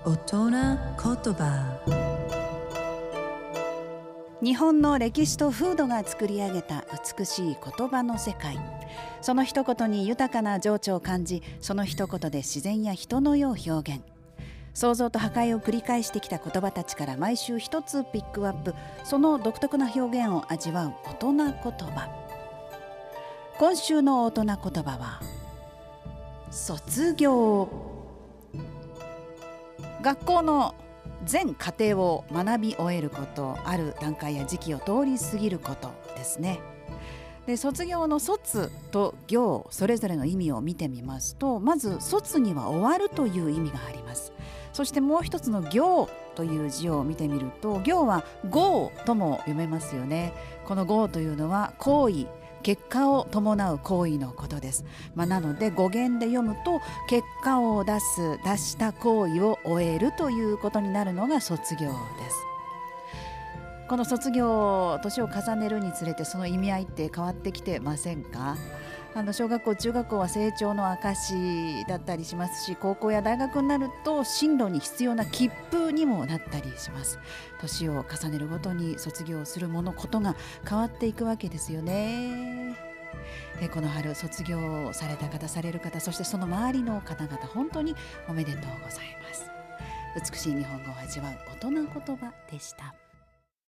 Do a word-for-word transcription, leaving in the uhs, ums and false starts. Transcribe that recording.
大人言葉。 日本の歴史と風土が作り上げた美しい言葉の世界。その一言に豊かな情緒を感じ、その一言で自然や人の世を表現。創造と破壊を繰り返してきた言葉たちから毎週一つピックアップ、その独特な表現を味わう大人言葉。今週の大人言葉は卒業。学校の全課程を学び終えること、ある段階や時期を通り過ぎることですね。で、卒業の卒と業、それぞれの意味を見てみますと、まず卒には終わるという意味があります。そしてもう一つの業という字を見てみると、業は業とも読めますよね。この業というのは行為、結果を伴う行為のことです。まあ、なので語源で読むと、結果を出す、出した行為を終えるということになるのが卒業です。この卒業、年を重ねるにつれてその意味合いって変わってきてませんか？あの小学校中学校は成長の証だったりしますし、高校や大学になると進路に必要な切符にもなったりします。年を重ねるごとに卒業するものことが変わっていくわけですよね。えこの春卒業された方、される方、そしてその周りの方々、本当におめでとうございます。美しい日本語を味わう大人言葉でした。